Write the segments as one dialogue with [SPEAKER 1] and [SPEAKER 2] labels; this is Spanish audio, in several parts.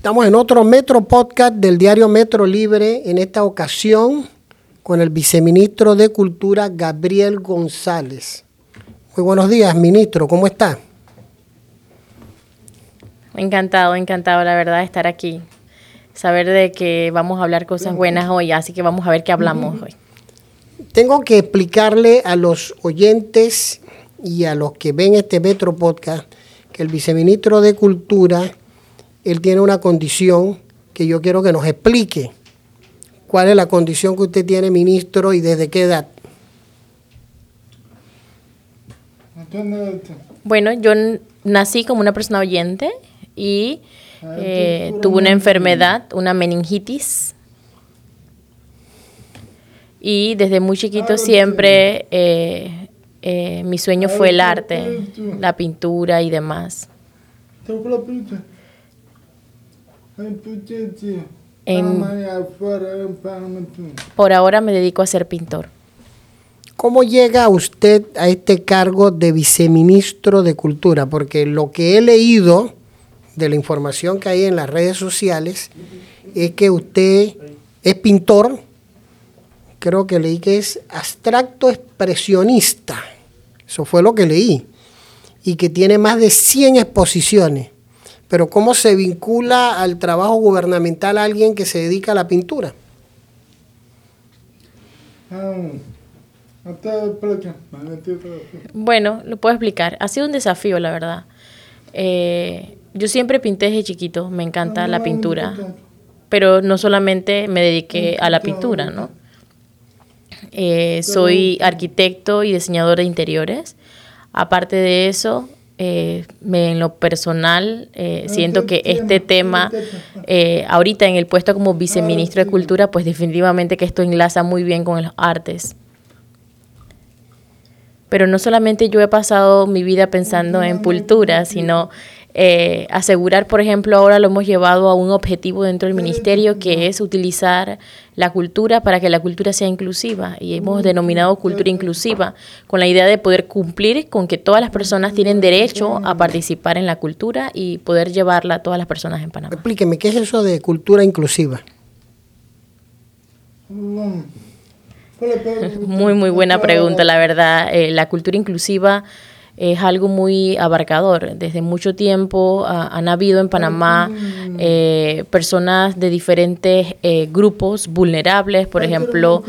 [SPEAKER 1] Estamos en otro Metro Podcast del diario Metro Libre, en esta ocasión con el viceministro de Cultura, Gabriel González. Muy buenos días, ministro, ¿cómo está?
[SPEAKER 2] Encantado, la verdad, de estar aquí. Saber de que vamos a hablar cosas buenas hoy, así que vamos a ver qué hablamos hoy.
[SPEAKER 1] Tengo que explicarle a los oyentes y a los que ven este Metro Podcast que el viceministro de Cultura, él tiene una condición que yo quiero que nos explique. ¿Cuál es la condición que usted tiene, ministro, y desde qué edad?
[SPEAKER 2] Bueno, yo nací como una persona oyente y tuve una enfermedad, una meningitis. Y desde muy chiquito siempre mi sueño fue el arte, la pintura y demás. Por ahora me dedico a ser pintor.
[SPEAKER 1] ¿Cómo llega usted a este cargo de viceministro de Cultura? Porque lo que he leído de la información que hay en las redes sociales es que usted es pintor, creo que leí que es abstracto expresionista, eso fue lo que leí, y que tiene más de 100 exposiciones. Pero ¿cómo se vincula al trabajo gubernamental a alguien que se dedica a la pintura?
[SPEAKER 2] Bueno, lo puedo explicar. Ha sido un desafío, la verdad. Yo siempre pinté desde chiquito, me encanta la pintura, pero no solamente me dediqué a la pintura, ¿no? Soy arquitecto y diseñador de interiores. Aparte de eso, en lo personal, siento que este tema, ahorita en el puesto como viceministro de Cultura, pues definitivamente que esto enlaza muy bien con las artes. Pero no solamente yo he pasado mi vida pensando en cultura, sino asegurar, por ejemplo, ahora lo hemos llevado a un objetivo dentro del ministerio, que es utilizar la cultura para que la cultura sea inclusiva. Y hemos denominado cultura inclusiva, con la idea de poder cumplir con que todas las personas tienen derecho a participar en la cultura y poder llevarla a todas las personas en Panamá.
[SPEAKER 1] Explíqueme, ¿qué es eso de cultura inclusiva?
[SPEAKER 2] Muy buena pregunta, la verdad. La cultura inclusiva es algo muy abarcador. Desde mucho tiempo han habido en Panamá personas de diferentes grupos vulnerables, por ejemplo,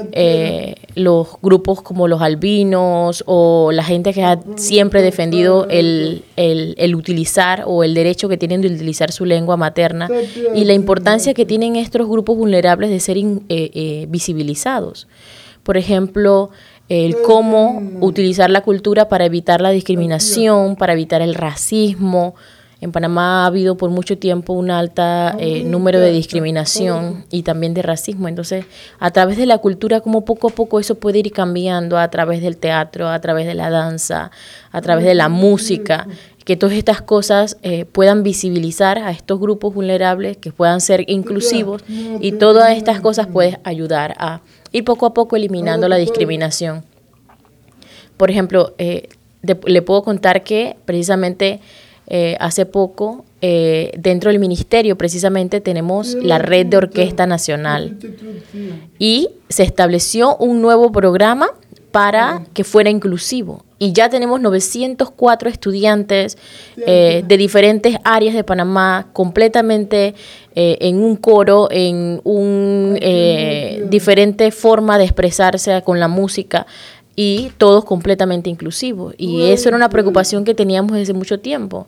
[SPEAKER 2] los grupos como los albinos o la gente que ha siempre defendido el utilizar o el derecho que tienen de utilizar su lengua materna y la importancia que tienen estos grupos vulnerables de ser visibilizados. Por ejemplo, el cómo utilizar la cultura para evitar la discriminación, para evitar el racismo. En Panamá ha habido por mucho tiempo un alto número de discriminación y también de racismo. Entonces, a través de la cultura, como poco a poco eso puede ir cambiando, a través del teatro, a través de la danza, a través de la música, que todas estas cosas puedan visibilizar a estos grupos vulnerables, que puedan ser inclusivos, y todas estas cosas pueden ayudar a ir poco a poco eliminando la discriminación. Por ejemplo, le puedo contar que precisamente hace poco dentro del ministerio precisamente tenemos la Red de Orquesta Nacional y se estableció un nuevo programa para que fuera inclusivo. Y ya tenemos 904 estudiantes de diferentes áreas de Panamá, completamente en un coro, en diferente forma de expresarse con la música, y todos completamente inclusivos. Y eso era una preocupación que teníamos desde mucho tiempo.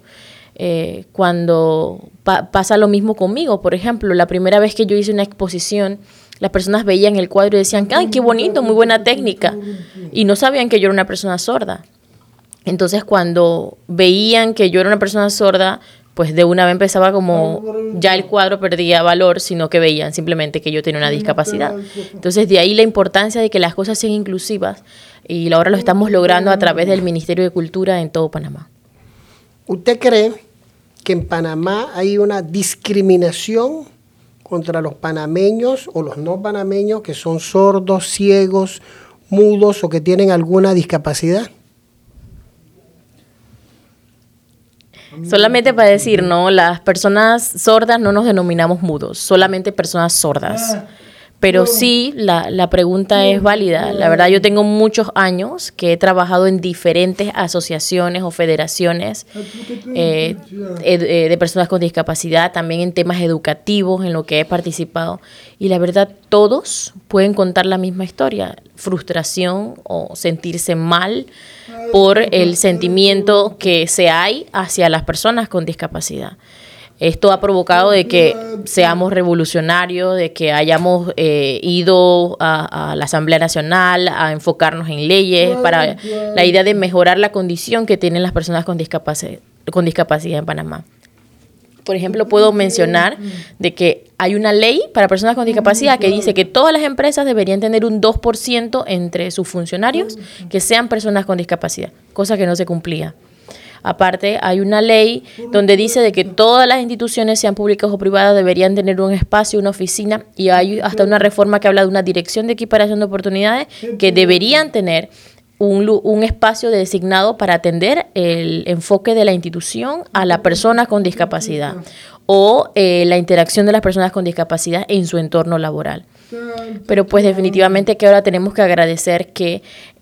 [SPEAKER 2] Cuando pasa lo mismo conmigo, por ejemplo, la primera vez que yo hice una exposición, las personas veían el cuadro y decían, ¡ay, qué bonito, muy buena técnica! Y no sabían que yo era una persona sorda. Entonces, cuando veían que yo era una persona sorda, pues de una vez empezaba como, ya el cuadro perdía valor, sino que veían simplemente que yo tenía una discapacidad. Entonces, de ahí la importancia de que las cosas sean inclusivas, y ahora lo estamos logrando a través del Ministerio de Cultura en todo Panamá.
[SPEAKER 1] ¿Usted cree que en Panamá hay una discriminación contra los panameños o los no panameños que son sordos, ciegos, mudos o que tienen alguna discapacidad?
[SPEAKER 2] Solamente para decir, ¿no? Las personas sordas no nos denominamos mudos, solamente personas sordas. Pero sí, la pregunta es válida. La verdad, yo tengo muchos años que he trabajado en diferentes asociaciones o federaciones de personas con discapacidad, también en temas educativos en lo que he participado. Y la verdad, todos pueden contar la misma historia, frustración o sentirse mal por el sentimiento que se hay hacia las personas con discapacidad. Esto ha provocado de que seamos revolucionarios, de que hayamos ido a la Asamblea Nacional a enfocarnos en leyes para la idea de mejorar la condición que tienen las personas con discapacidad en Panamá. Por ejemplo, puedo mencionar de que hay una ley para personas con discapacidad que dice que todas las empresas deberían tener un 2% entre sus funcionarios que sean personas con discapacidad, cosa que no se cumplía. Aparte, hay una ley donde dice de que todas las instituciones, sean públicas o privadas, deberían tener un espacio, una oficina, y hay hasta una reforma que habla de una dirección de equiparación de oportunidades que deberían tener un espacio designado para atender el enfoque de la institución a la persona con discapacidad o la interacción de las personas con discapacidad en su entorno laboral. Pero pues definitivamente que ahora tenemos que agradecer que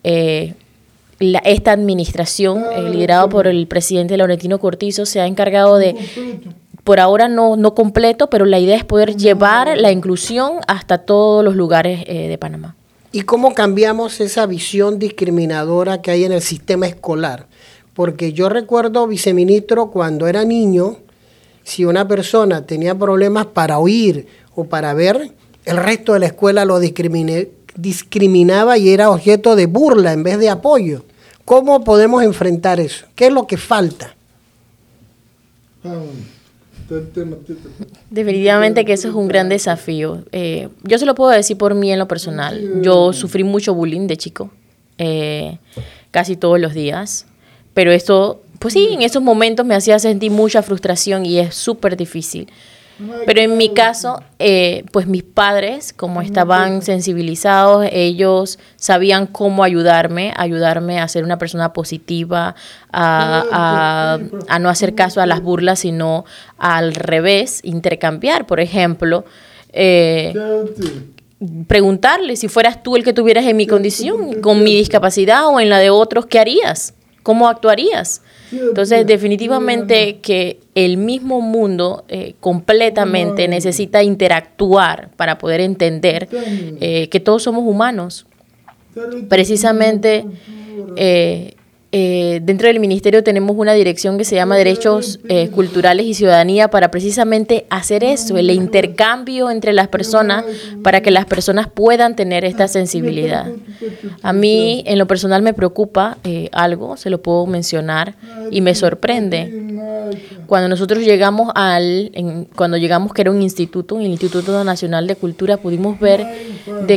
[SPEAKER 2] esta administración, liderada por el presidente Laurentino Cortizo, se ha encargado de, por ahora no completo, pero la idea es poder llevar la inclusión hasta todos los lugares de Panamá.
[SPEAKER 1] ¿Y cómo cambiamos esa visión discriminadora que hay en el sistema escolar? Porque yo recuerdo, viceministro, cuando era niño, si una persona tenía problemas para oír o para ver, el resto de la escuela lo discriminaba y era objeto de burla en vez de apoyo. ¿Cómo podemos enfrentar eso? ¿Qué es lo que falta?
[SPEAKER 2] Definitivamente que eso es un gran desafío. Yo se lo puedo decir por mí en lo personal. Yo sufrí mucho bullying de chico, casi todos los días. Pero esto, pues sí, en esos momentos me hacía sentir mucha frustración y es súper difícil. Pero en mi caso, pues mis padres, como estaban sensibilizados, ellos sabían cómo ayudarme a ser una persona positiva, a no hacer caso a las burlas, sino al revés, intercambiar. Por ejemplo, preguntarle si fueras tú el que tuvieras en mi condición, con mi discapacidad o en la de otros, ¿qué harías? ¿Cómo actuarías? Entonces, definitivamente que el mismo mundo completamente necesita interactuar para poder entender que todos somos humanos. Precisamente, dentro del ministerio tenemos una dirección que se llama Derechos Culturales y Ciudadanía para precisamente hacer eso, el intercambio entre las personas para que las personas puedan tener esta sensibilidad. A mí, en lo personal, me preocupa algo, se lo puedo mencionar, y me sorprende. Cuando nosotros llegamos cuando llegamos, que era un instituto, el Instituto Nacional de Cultura, pudimos ver de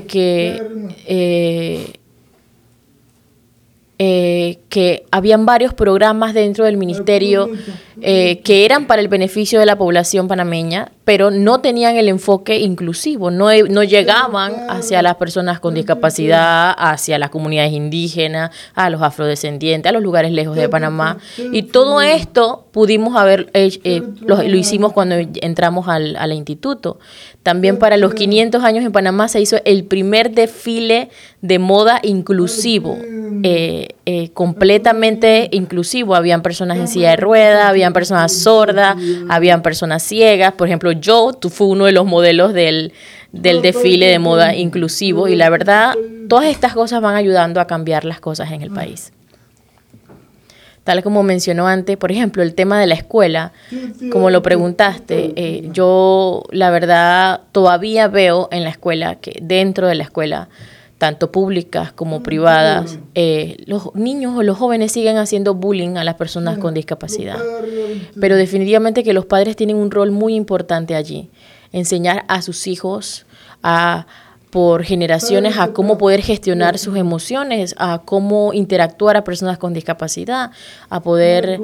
[SPEAKER 2] que habían varios programas dentro del ministerio que eran para el beneficio de la población panameña, pero no tenían el enfoque inclusivo, no llegaban hacia las personas con discapacidad, hacia las comunidades indígenas, a los afrodescendientes, a los lugares lejos de Panamá. Y todo esto pudimos haber lo hicimos cuando entramos al instituto. También para los 500 años en Panamá se hizo el primer desfile de moda inclusivo, completamente inclusivo. Habían personas en silla de ruedas, habían personas sordas, habían personas ciegas. Por ejemplo, tú fui uno de los modelos del desfile de moda inclusivo, y la verdad, todas estas cosas van ayudando a cambiar las cosas en el país. Tal como mencionó antes, por ejemplo, el tema de la escuela, como lo preguntaste, yo la verdad todavía veo en la escuela, que dentro de la escuela, tanto públicas como privadas, los niños o los jóvenes siguen haciendo bullying a las personas con discapacidad. Pero definitivamente que los padres tienen un rol muy importante allí. Enseñar a sus hijos por generaciones a cómo poder gestionar sus emociones, a cómo interactuar a personas con discapacidad, a poder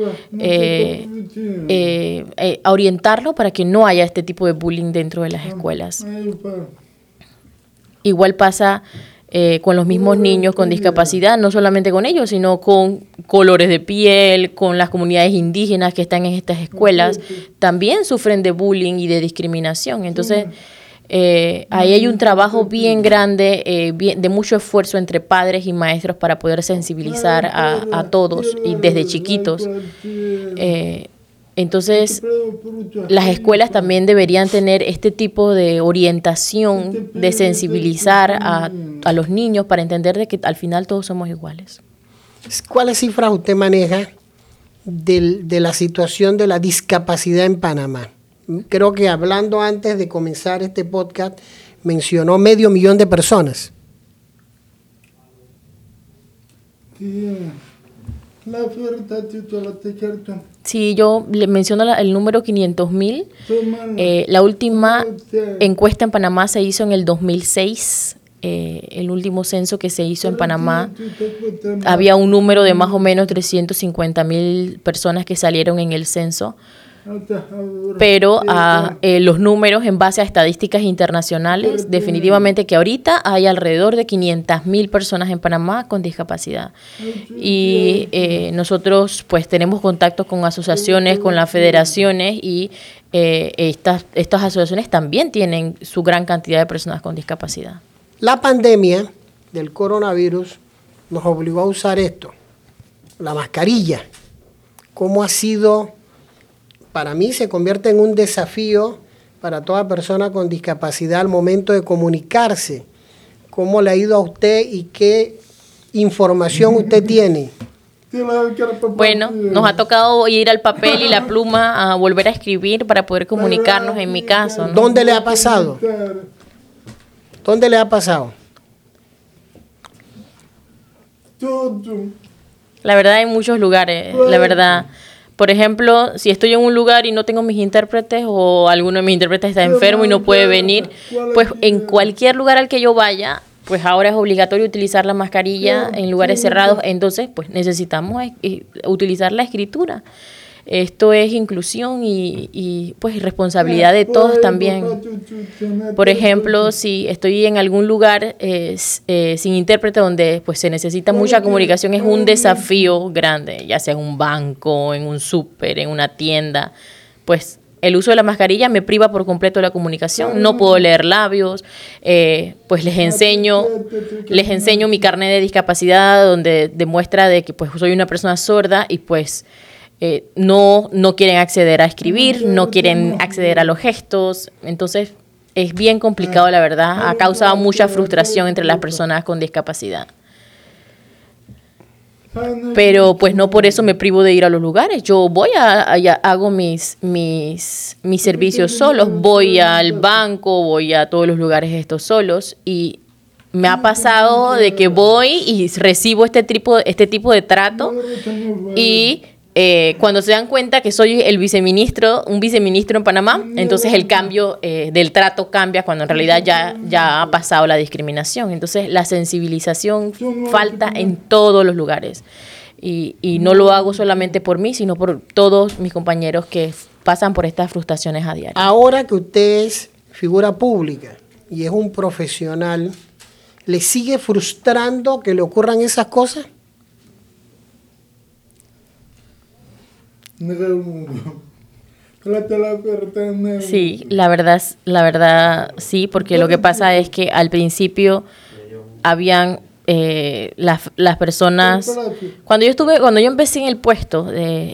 [SPEAKER 2] a orientarlo para que no haya este tipo de bullying dentro de las escuelas. Igual pasa con los mismos niños con discapacidad, no solamente con ellos, sino con colores de piel, con las comunidades indígenas que están en estas escuelas, también sufren de bullying y de discriminación. Entonces, ahí hay un trabajo bien grande, de mucho esfuerzo entre padres y maestros para poder sensibilizar a todos y desde chiquitos. Entonces, las escuelas también deberían tener este tipo de orientación, de sensibilizar a los niños para entender de que al final todos somos iguales.
[SPEAKER 1] ¿Cuáles cifras usted maneja de la situación de la discapacidad en Panamá? Creo que hablando antes de comenzar este podcast, mencionó 500,000 de personas.
[SPEAKER 2] Sí, yo le menciono el número 500,000. La última encuesta en Panamá se hizo en el 2006. El último censo que se hizo en Panamá, había un número de más o menos 350,000 personas que salieron en el censo. Pero los números en base a estadísticas internacionales, definitivamente que ahorita hay alrededor de 500,000 personas en Panamá con discapacidad. Y nosotros pues tenemos contacto con asociaciones, con las federaciones y estas asociaciones también tienen su gran cantidad de personas con discapacidad.
[SPEAKER 1] La pandemia del coronavirus nos obligó a usar esto, la mascarilla. ¿Cómo ha sido? Para mí se convierte en un desafío para toda persona con discapacidad al momento de comunicarse. ¿Cómo le ha ido a usted y qué información usted tiene?
[SPEAKER 2] Bueno, nos ha tocado ir al papel y la pluma a volver a escribir para poder comunicarnos, en mi caso, ¿no?
[SPEAKER 1] ¿Dónde le ha pasado? ¿Dónde le ha pasado?
[SPEAKER 2] La verdad, en muchos lugares, la verdad. Por ejemplo, si estoy en un lugar y no tengo mis intérpretes o alguno de mis intérpretes está enfermo y no puede venir, pues en cualquier lugar al que yo vaya, pues ahora es obligatorio utilizar la mascarilla en lugares cerrados. Entonces, pues necesitamos utilizar la escritura. Esto es inclusión y pues responsabilidad de todos también. Por ejemplo, si estoy en algún lugar sin intérprete donde pues se necesita mucha comunicación, es un desafío grande, ya sea en un banco, en un súper, en una tienda, pues el uso de la mascarilla me priva por completo de la comunicación. No puedo leer labios, pues les enseño mi carnet de discapacidad donde demuestra de que pues soy una persona sorda y pues no quieren acceder a escribir, no quieren acceder a los gestos. Entonces es bien complicado, la verdad. Ha causado mucha frustración entre las personas con discapacidad. Pero pues no por eso me privo de ir a los lugares. Yo voy hago mis servicios solos, voy al banco, voy a todos los lugares estos solos y me ha pasado de que voy y recibo este tipo de trato y cuando se dan cuenta que soy un viceministro en Panamá, entonces el cambio del trato cambia cuando en realidad ya ha pasado la discriminación. Entonces la sensibilización falta en todos los lugares y no lo hago solamente por mí, sino por todos mis compañeros que pasan por estas frustraciones a diario.
[SPEAKER 1] Ahora que usted es figura pública y es un profesional, ¿le sigue frustrando que le ocurran esas cosas?
[SPEAKER 2] Sí, la verdad sí, porque lo que pasa es que al principio habían las personas, cuando yo empecé en el puesto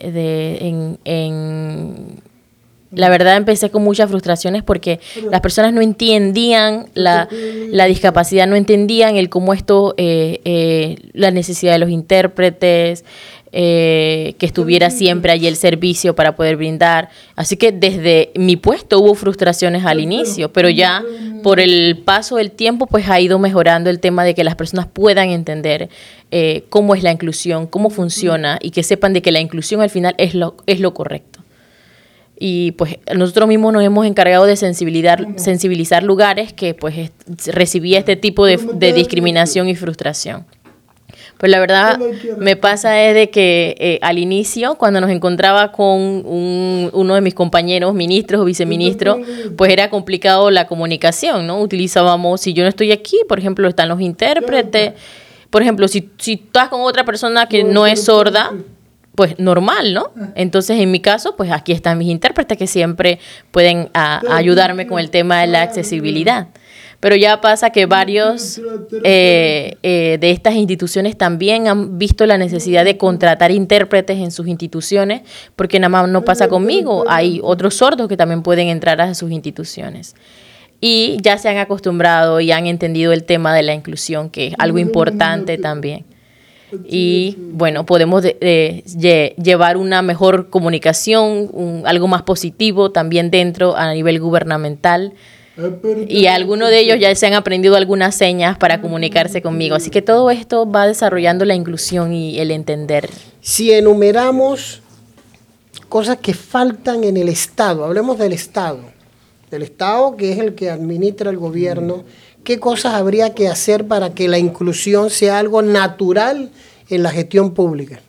[SPEAKER 2] la verdad empecé con muchas frustraciones porque las personas no entendían la discapacidad, no entendían el cómo esto, la necesidad de los intérpretes, que estuviera siempre allí el servicio para poder brindar. Así que desde mi puesto hubo frustraciones al inicio, pero ya por el paso del tiempo pues ha ido mejorando el tema de que las personas puedan entender cómo es la inclusión, cómo funciona y que sepan de que la inclusión al final es lo correcto. Y pues nosotros mismos nos hemos encargado de sensibilizar lugares que pues recibía este tipo de discriminación y frustración. Pues la verdad me pasa es de que al inicio, cuando nos encontraba con uno de mis compañeros, ministros o viceministros, pues era complicado la comunicación, ¿no? Utilizábamos, si yo no estoy aquí, por ejemplo, están los intérpretes. Por ejemplo, si estás con otra persona que no es sorda, pues normal, ¿no? Entonces, en mi caso, pues aquí están mis intérpretes que siempre pueden ayudarme con el tema de la accesibilidad. Pero ya pasa que varios de estas instituciones también han visto la necesidad de contratar intérpretes en sus instituciones, porque nada más no pasa conmigo, hay otros sordos que también pueden entrar a sus instituciones. Y ya se han acostumbrado y han entendido el tema de la inclusión, que es algo importante también. Y bueno, podemos llevar una mejor comunicación, algo más positivo también dentro a nivel gubernamental. Y algunos de ellos ya se han aprendido algunas señas para comunicarse conmigo. Así que todo esto va desarrollando la inclusión y el entender.
[SPEAKER 1] Si enumeramos cosas que faltan en el Estado, hablemos del Estado que es el que administra el gobierno, ¿qué cosas habría que hacer para que la inclusión sea algo natural en la gestión pública?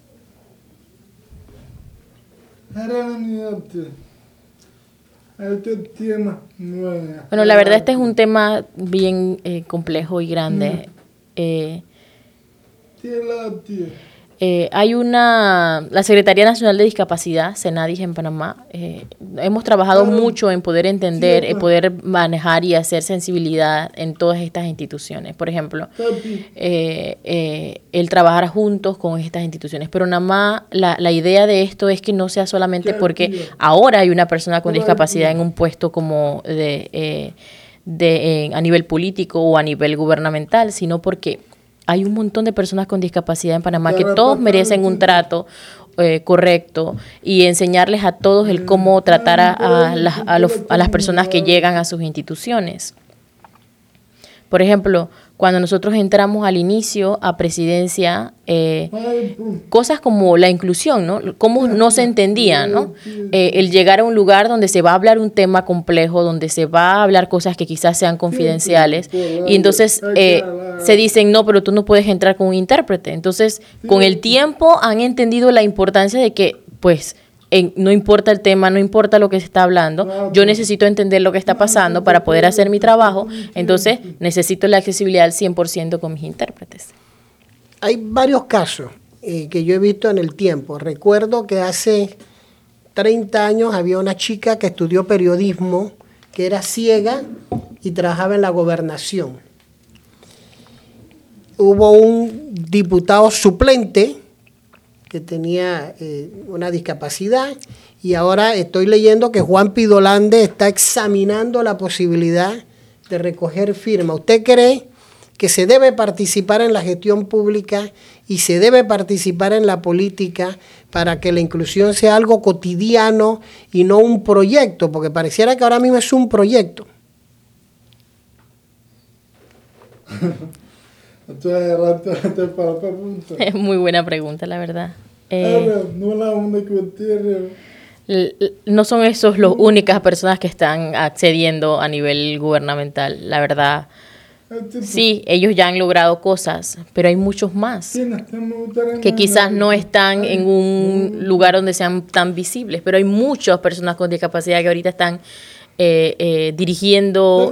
[SPEAKER 2] Bueno, la verdad este es un tema bien complejo y grande. Hay la Secretaría Nacional de Discapacidad, Senadis en Panamá. Hemos trabajado mucho en poder entender, poder manejar y hacer sensibilidad en todas estas instituciones. Por ejemplo, el trabajar juntos con estas instituciones. Pero nada más la idea de esto es que no sea solamente porque ahora hay una persona con discapacidad en un puesto como a nivel político o a nivel gubernamental, sino porque hay un montón de personas con discapacidad en Panamá que todos merecen un trato correcto y enseñarles a todos el cómo tratar a las personas que llegan a sus instituciones. Por ejemplo, cuando nosotros entramos al inicio a presidencia, cosas como la inclusión, ¿no? Cómo no se entendía, ¿no? El llegar a un lugar donde se va a hablar un tema complejo, donde se va a hablar cosas que quizás sean confidenciales, y entonces se dicen, no, pero tú no puedes entrar con un intérprete. Entonces, con el tiempo han entendido la importancia de que, pues, no importa el tema, no importa lo que se está hablando, yo necesito entender lo que está pasando para poder hacer mi trabajo, entonces necesito la accesibilidad al 100% con mis intérpretes.
[SPEAKER 1] Hay varios casos que yo he visto en el tiempo. Recuerdo que hace 30 años había una chica que estudió periodismo, que era ciega y trabajaba en la gobernación. Hubo un diputado suplente que tenía una discapacidad, y ahora estoy leyendo que Juan Pidolande está examinando la posibilidad de recoger firmas. ¿Usted cree que se debe participar en la gestión pública y se debe participar en la política para que la inclusión sea algo cotidiano y no un proyecto? Porque pareciera que ahora mismo es un proyecto.
[SPEAKER 2] Es muy buena pregunta, la verdad. No son esos las únicas personas que están accediendo a nivel gubernamental, la verdad. Sí, ellos ya han logrado cosas, pero hay muchos más que quizás no están en un lugar donde sean tan visibles, pero hay muchas personas con discapacidad que ahorita están dirigiendo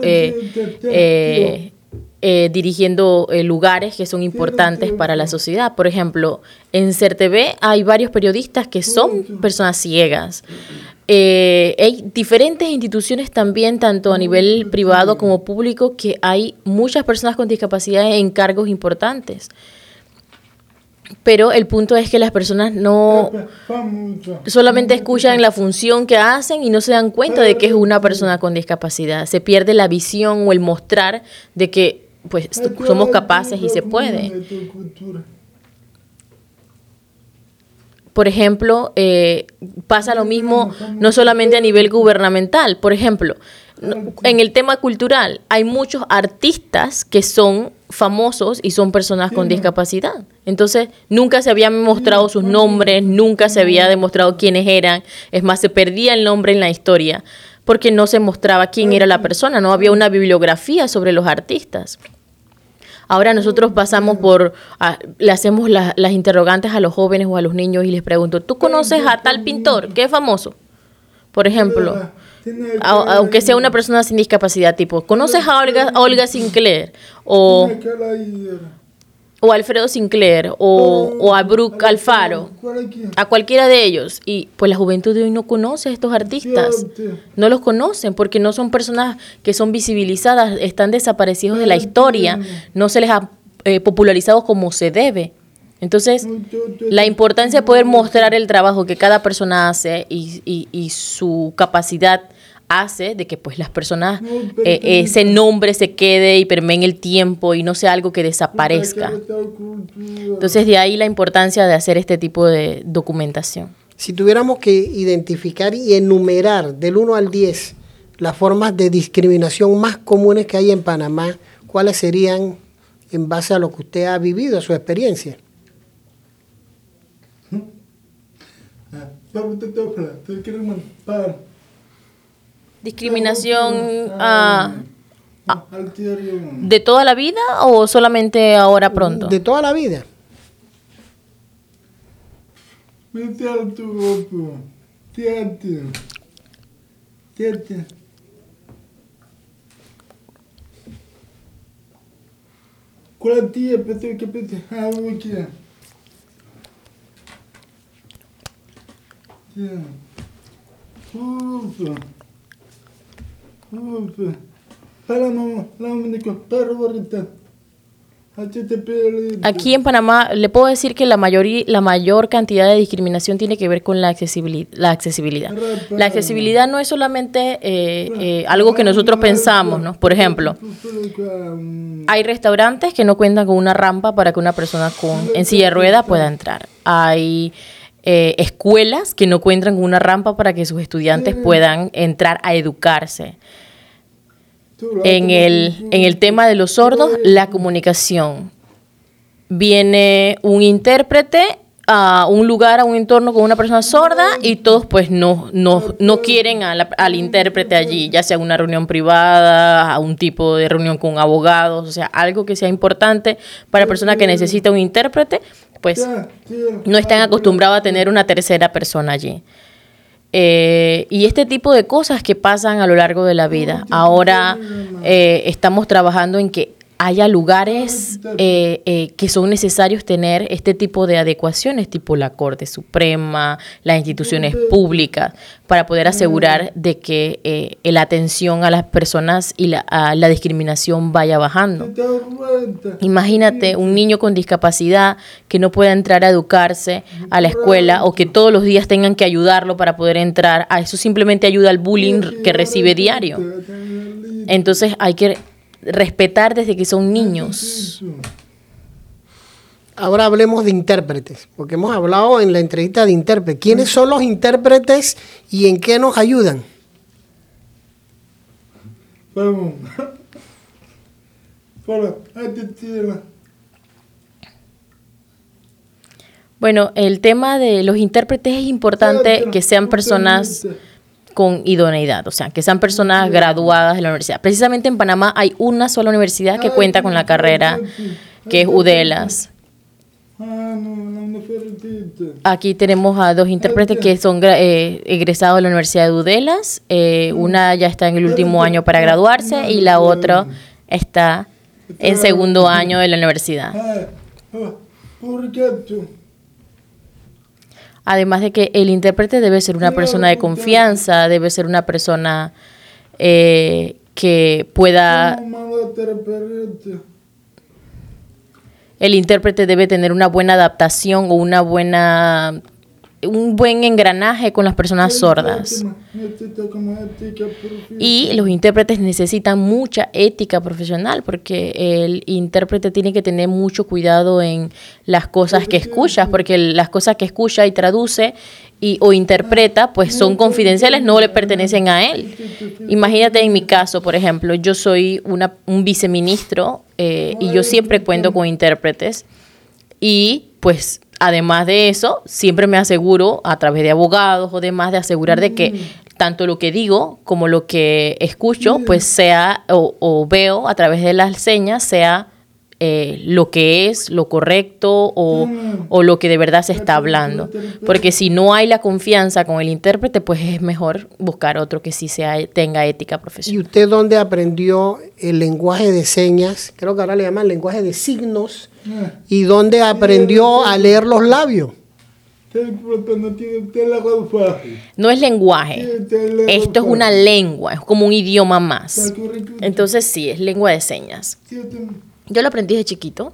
[SPEAKER 2] lugares que son importantes para la sociedad. Por ejemplo, en CERTV hay varios periodistas que son personas ciegas. Hay diferentes instituciones también, tanto a nivel privado como público, que hay muchas personas con discapacidad en cargos importantes. Pero el punto es que las personas no solamente escuchan la función que hacen y no se dan cuenta de que es una persona con discapacidad. Se pierde la visión o el mostrar de que pues somos capaces y se puede. Por ejemplo, pasa lo mismo no solamente a nivel gubernamental. Por ejemplo, en el tema cultural hay muchos artistas que son famosos y son personas con discapacidad. Entonces, nunca se habían mostrado sus nombres, nunca se había demostrado quiénes eran. Es más, se perdía el nombre en la historia porque no se mostraba quién era la persona, no había una bibliografía sobre los artistas. Ahora nosotros pasamos le hacemos las interrogantes a los jóvenes o a los niños y les pregunto, ¿tú conoces a tal pintor? ¿Qué es famoso? Por ejemplo, aunque sea una persona sin discapacidad, tipo, ¿conoces a Olga Sinclair? O Alfredo Sinclair, o a Brooke Alfaro, a cualquiera de ellos. Y pues la juventud de hoy no conoce a estos artistas, no los conocen porque no son personas que son visibilizadas, están desaparecidos de la historia, no se les ha popularizado como se debe. Entonces, la importancia de poder mostrar el trabajo que cada persona hace y su capacidad hace de que pues las personas ese nombre se quede y permee en el tiempo y no sea algo que desaparezca. Entonces de ahí la importancia de hacer este tipo de documentación.
[SPEAKER 1] Si tuviéramos que identificar y enumerar del 1 al 10 las formas de discriminación más comunes que hay en Panamá, ¿cuáles serían en base a lo que usted ha vivido, a su experiencia?
[SPEAKER 2] Discriminación ¿de toda la vida o solamente ahora pronto?
[SPEAKER 1] De toda la vida.
[SPEAKER 2] Aquí en Panamá le puedo decir que la mayor cantidad de discriminación tiene que ver con la accesibilidad. La accesibilidad no es solamente algo que nosotros pensamos, ¿no? Por ejemplo, hay restaurantes que no cuentan con una rampa para que una persona en silla de ruedas pueda entrar. Hay escuelas que no cuentan con una rampa para que sus estudiantes puedan entrar a educarse. En el tema de los sordos, la comunicación. Viene un intérprete a un lugar, a un entorno con una persona sorda y todos pues no quieren al intérprete allí, ya sea una reunión privada, a un tipo de reunión con abogados, o sea, algo que sea importante para la persona que necesita un intérprete, pues no están acostumbrados a tener una tercera persona allí. Y este tipo de cosas que pasan a lo largo de la vida. Ahora estamos trabajando en que haya lugares que son necesarios tener este tipo de adecuaciones, tipo la Corte Suprema, las instituciones públicas, para poder asegurar de que la atención a las personas y la discriminación vaya bajando. Imagínate un niño con discapacidad que no pueda entrar a educarse a la escuela o que todos los días tengan que ayudarlo para poder entrar. A eso simplemente ayuda al bullying que recibe diario. Entonces hay que respetar desde que son niños.
[SPEAKER 1] Ahora hablemos de intérpretes, porque hemos hablado en la entrevista de intérpretes. ¿Quiénes son los intérpretes y en qué nos ayudan?
[SPEAKER 2] Bueno, el tema de los intérpretes es importante que sean personas con idoneidad, o sea, que sean personas graduadas de la universidad. Precisamente en Panamá hay una sola universidad que cuenta con la carrera, que es UDELAS. Aquí tenemos a 2 intérpretes que son egresados de la Universidad de UDELAS. Una ya está en el último año para graduarse y la otra está en segundo año de la universidad. Además de que el intérprete debe ser una persona de confianza, debe ser una persona que pueda... El intérprete debe tener una buena adaptación o un buen engranaje con las personas sordas. Y los intérpretes necesitan mucha ética profesional porque el intérprete tiene que tener mucho cuidado en las cosas que escucha, porque las cosas que escucha y traduce o interpreta pues son confidenciales, no le pertenecen a él. Imagínate en mi caso, por ejemplo, yo soy un viceministro y yo siempre cuento con intérpretes y pues además de eso, siempre me aseguro a través de abogados o demás de asegurar de que tanto lo que digo como lo que escucho pues sea o veo a través de las señas sea lo que es lo correcto o lo que de verdad se está hablando. Porque si no hay la confianza con el intérprete, pues es mejor buscar otro que sí tenga ética profesional.
[SPEAKER 1] ¿Y usted dónde aprendió el lenguaje de señas? Creo que ahora le llaman lenguaje de signos. ¿Y dónde aprendió a leer los labios?
[SPEAKER 2] No es lenguaje, esto es una lengua, es como un idioma más. Entonces sí, es lengua de señas. Yo lo aprendí de chiquito.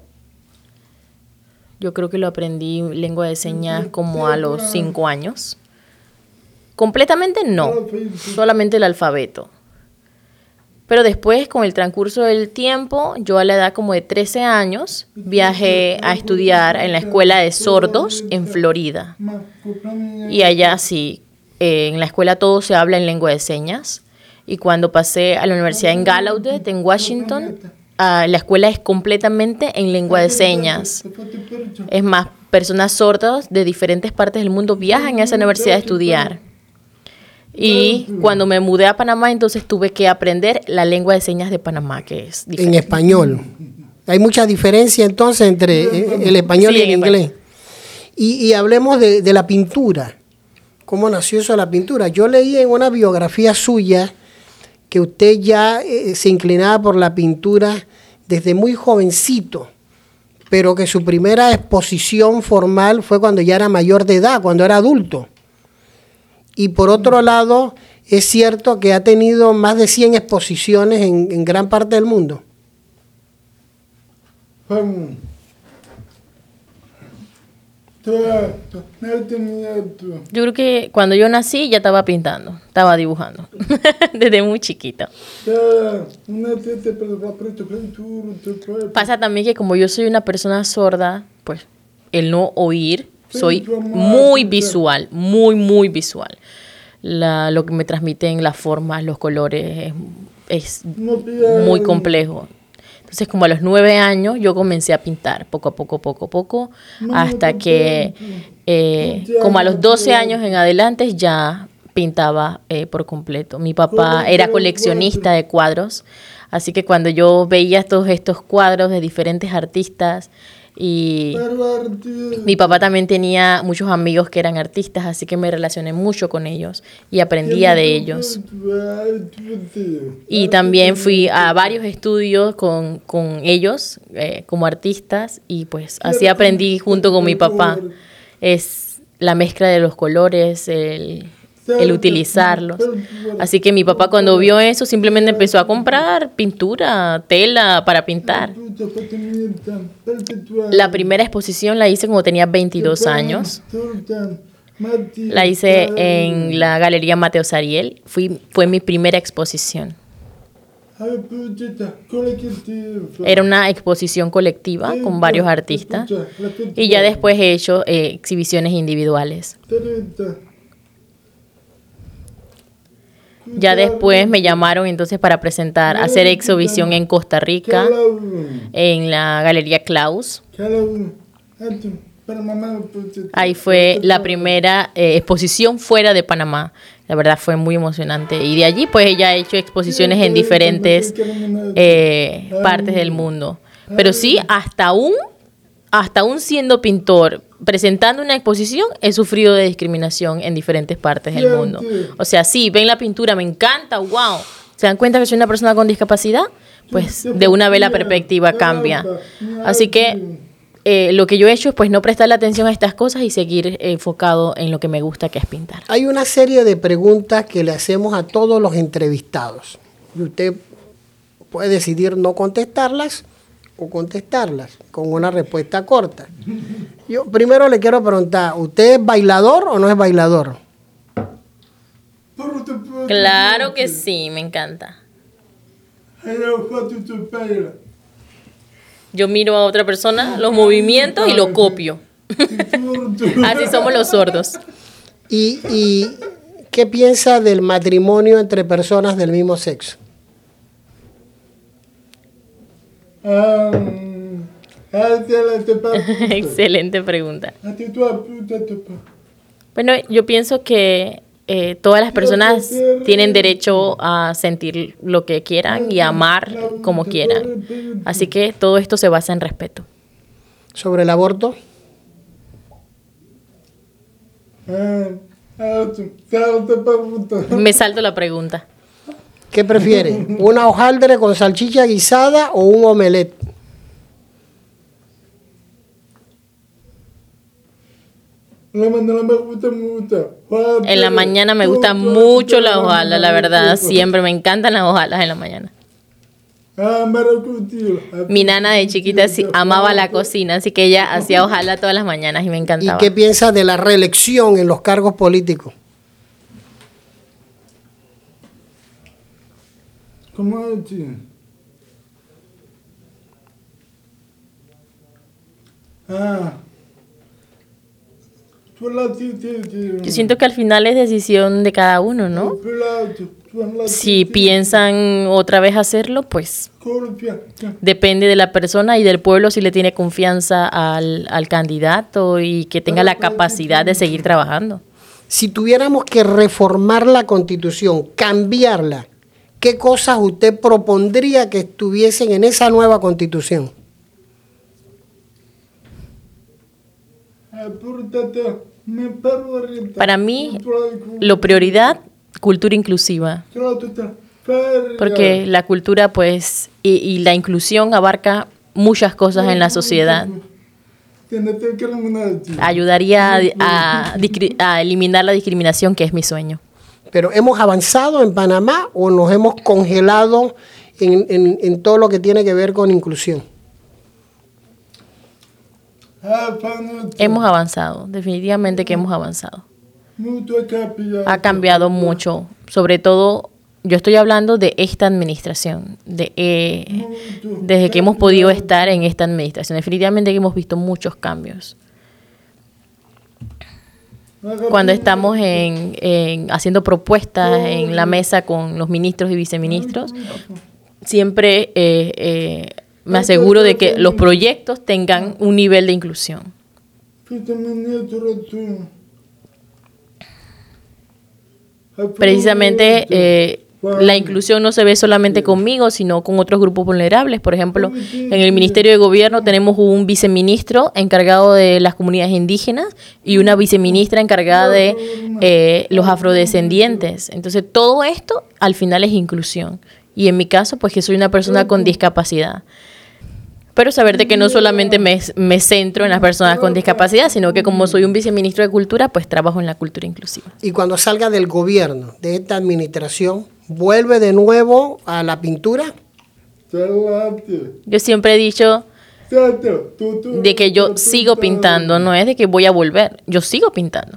[SPEAKER 2] Yo creo que lo aprendí lengua de señas como a los 5 años. Completamente no, solamente el alfabeto. Pero después, con el transcurso del tiempo, yo a la edad como de 13 años, viajé a estudiar en la escuela de sordos en Florida. Y allá sí, en la escuela todo se habla en lengua de señas. Y cuando pasé a la universidad en Gallaudet, en Washington, la escuela es completamente en lengua de señas. Es más, personas sordas de diferentes partes del mundo viajan a esa universidad a estudiar. Y cuando me mudé a Panamá, entonces tuve que aprender la lengua de señas de Panamá, que es diferente.
[SPEAKER 1] En español. Hay mucha diferencia entonces entre el español y el inglés. Y hablemos de la pintura. ¿Cómo nació eso de la pintura? Yo leí en una biografía suya que usted ya se inclinaba por la pintura desde muy jovencito, pero que su primera exposición formal fue cuando ya era mayor de edad, cuando era adulto. Y por otro lado, es cierto que ha tenido más de 100 exposiciones en gran parte del mundo.
[SPEAKER 2] Yo creo que cuando yo nací ya estaba pintando, estaba dibujando, desde muy chiquito. Pasa también que como yo soy una persona sorda, pues el no oír, soy muy visual, muy visual. Lo que me transmiten las formas, los colores, es muy complejo. Entonces, como a los 9 años, yo comencé a pintar poco a poco, hasta que como a los 12 años en adelante ya pintaba por completo. Mi papá era coleccionista de cuadros, así que cuando yo veía todos estos cuadros de diferentes artistas, y mi papá también tenía muchos amigos que eran artistas, así que me relacioné mucho con ellos y aprendía de ellos. Y también fui a varios estudios con ellos como artistas y pues así aprendí junto con mi papá. Es la mezcla de los colores, el utilizarlos. Así que mi papá cuando vio eso simplemente empezó a comprar pintura, tela para pintar. La primera exposición la hice cuando tenía 22 años. La hice en la Galería Mateo Sariel. Fue mi primera exposición. Era una exposición colectiva con varios artistas. Y ya después he hecho exhibiciones individuales. Ya después me llamaron entonces para hacer exhibición en Costa Rica, en la Galería Klaus. Ahí fue la primera exposición fuera de Panamá. La verdad fue muy emocionante. Y de allí pues ella ha hecho exposiciones en diferentes partes del mundo. Pero sí, hasta aún siendo pintor, presentando una exposición, he sufrido de discriminación en diferentes partes del mundo. O sea, sí, ven la pintura, me encanta, wow. ¿Se dan cuenta que soy una persona con discapacidad? Pues de una vez la perspectiva cambia. Así que lo que yo he hecho es pues no prestarle atención a estas cosas y seguir enfocado en lo que me gusta, que es pintar.
[SPEAKER 1] Hay una serie de preguntas que le hacemos a todos los entrevistados. Y usted puede decidir no contestarlas o contestarlas con una respuesta corta. Yo primero le quiero preguntar, ¿usted es bailador o no es bailador?
[SPEAKER 2] Claro que sí, me encanta. Yo miro a otra persona, los movimientos y lo copio. Así somos los sordos.
[SPEAKER 1] ¿Y qué piensa del matrimonio entre personas del mismo sexo?
[SPEAKER 2] Excelente pregunta. Bueno, yo pienso que todas las personas tienen derecho a sentir lo que quieran y a amar como quieran. Así que todo esto se basa en respeto.
[SPEAKER 1] ¿Sobre el aborto?
[SPEAKER 2] Me salto la pregunta.
[SPEAKER 1] ¿Qué prefiere? ¿Una hojaldre con salchicha guisada o un omelette?
[SPEAKER 2] En la mañana me gusta mucho la hojalata, la verdad. Siempre me encantan las hojalas en la mañana. Mi nana de chiquita amaba la cocina, así que ella hacía hojalata todas las mañanas y me encantaba.
[SPEAKER 1] ¿Y qué piensa de la reelección en los cargos políticos?
[SPEAKER 3] ¿Cómo es?
[SPEAKER 2] Yo siento que al final es decisión de cada uno, ¿no? Si piensan otra vez hacerlo, pues depende de la persona y del pueblo si le tiene confianza al candidato y que tenga la capacidad de seguir trabajando.
[SPEAKER 1] Si tuviéramos que reformar la Constitución, cambiarla, ¿qué cosas usted propondría que estuviesen en esa nueva Constitución?
[SPEAKER 2] Para mí, lo prioridad, cultura inclusiva. Porque la cultura, pues, y la inclusión abarca muchas cosas en la sociedad. Ayudaría a eliminar la discriminación, que es mi sueño.
[SPEAKER 1] Pero ¿hemos avanzado en Panamá o nos hemos congelado en todo lo que tiene que ver con inclusión?
[SPEAKER 2] Hemos avanzado, definitivamente que hemos avanzado. Ha cambiado mucho, sobre todo, yo estoy hablando de esta administración, desde que hemos podido estar en esta administración. Definitivamente que hemos visto muchos cambios. Cuando estamos haciendo propuestas en la mesa con los ministros y viceministros, siempre me aseguro de que los proyectos tengan un nivel de inclusión. Precisamente la inclusión no se ve solamente conmigo, sino con otros grupos vulnerables. Por ejemplo, en el Ministerio de Gobierno tenemos un viceministro encargado de las comunidades indígenas y una viceministra encargada de los afrodescendientes. Entonces, todo esto al final es inclusión. Y en mi caso, pues que soy una persona con discapacidad. Pero saber de que no solamente me centro en las personas con discapacidad, sino que como soy un viceministro de Cultura, pues trabajo en la cultura inclusiva.
[SPEAKER 1] Y cuando salga del gobierno, de esta administración, ¿vuelve de nuevo a la pintura?
[SPEAKER 2] Yo siempre he dicho de que yo sigo pintando, no es de que voy a volver, yo sigo pintando.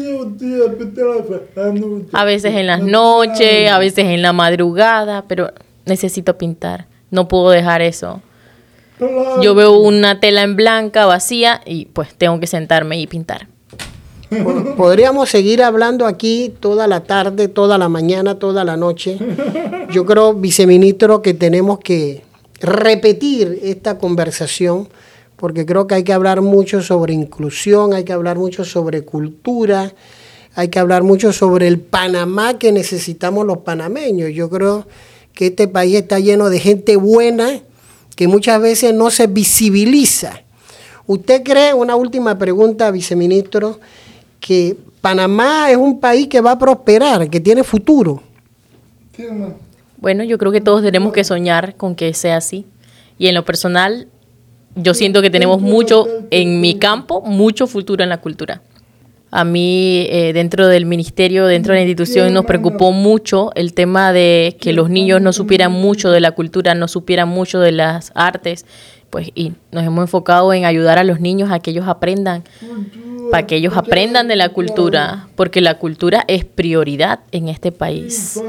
[SPEAKER 2] A veces en las noches, a veces en la madrugada, pero necesito pintar, no puedo dejar eso. Yo veo una tela en blanca, vacía, y pues tengo que sentarme y pintar.
[SPEAKER 1] Bueno, podríamos seguir hablando aquí toda la tarde, toda la mañana, toda la noche. Yo creo, viceministro, que tenemos que repetir esta conversación, porque creo que hay que hablar mucho sobre inclusión, hay que hablar mucho sobre cultura, hay que hablar mucho sobre el Panamá que necesitamos los panameños. Yo creo que este país está lleno de gente buena, que muchas veces no se visibiliza. ¿Usted cree, una última pregunta, viceministro, que Panamá es un país que va a prosperar, que tiene futuro?
[SPEAKER 2] Bueno, yo creo que todos tenemos que soñar con que sea así. Y en lo personal, yo siento que tenemos mucho, en mi campo, mucho futuro en la cultura. A mí, dentro del ministerio, dentro de la institución, nos preocupó mucho el tema de que los niños no supieran mucho de la cultura, no supieran mucho de las artes, pues, y nos hemos enfocado en ayudar a los niños a que ellos aprendan, para que ellos aprendan de la cultura, porque la cultura es prioridad en este país.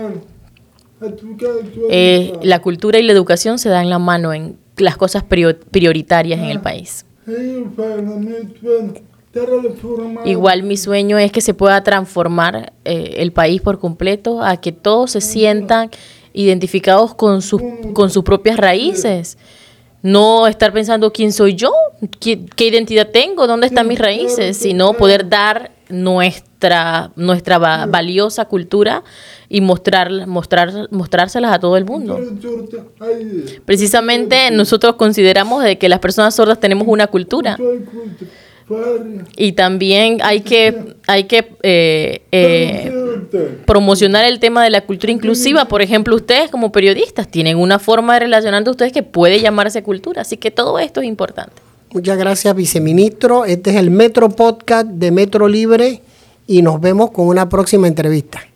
[SPEAKER 2] La cultura y la educación se dan la mano en las cosas prioritarias en el país. Igual mi sueño es que se pueda transformar el país por completo, a que todos se sientan identificados con sus propias raíces. No estar pensando quién soy yo, qué identidad tengo, dónde están mis raíces, sino poder dar nuestra valiosa cultura y mostrárselas a todo el mundo. Precisamente nosotros consideramos de que las personas sordas tenemos una cultura. Y también hay que promocionar el tema de la cultura inclusiva. Por ejemplo, ustedes como periodistas tienen una forma de relacionar de ustedes que puede llamarse cultura. Así que todo esto es importante.
[SPEAKER 1] Muchas gracias, viceministro. Este es el Metro Podcast de Metro Libre y nos vemos con una próxima entrevista.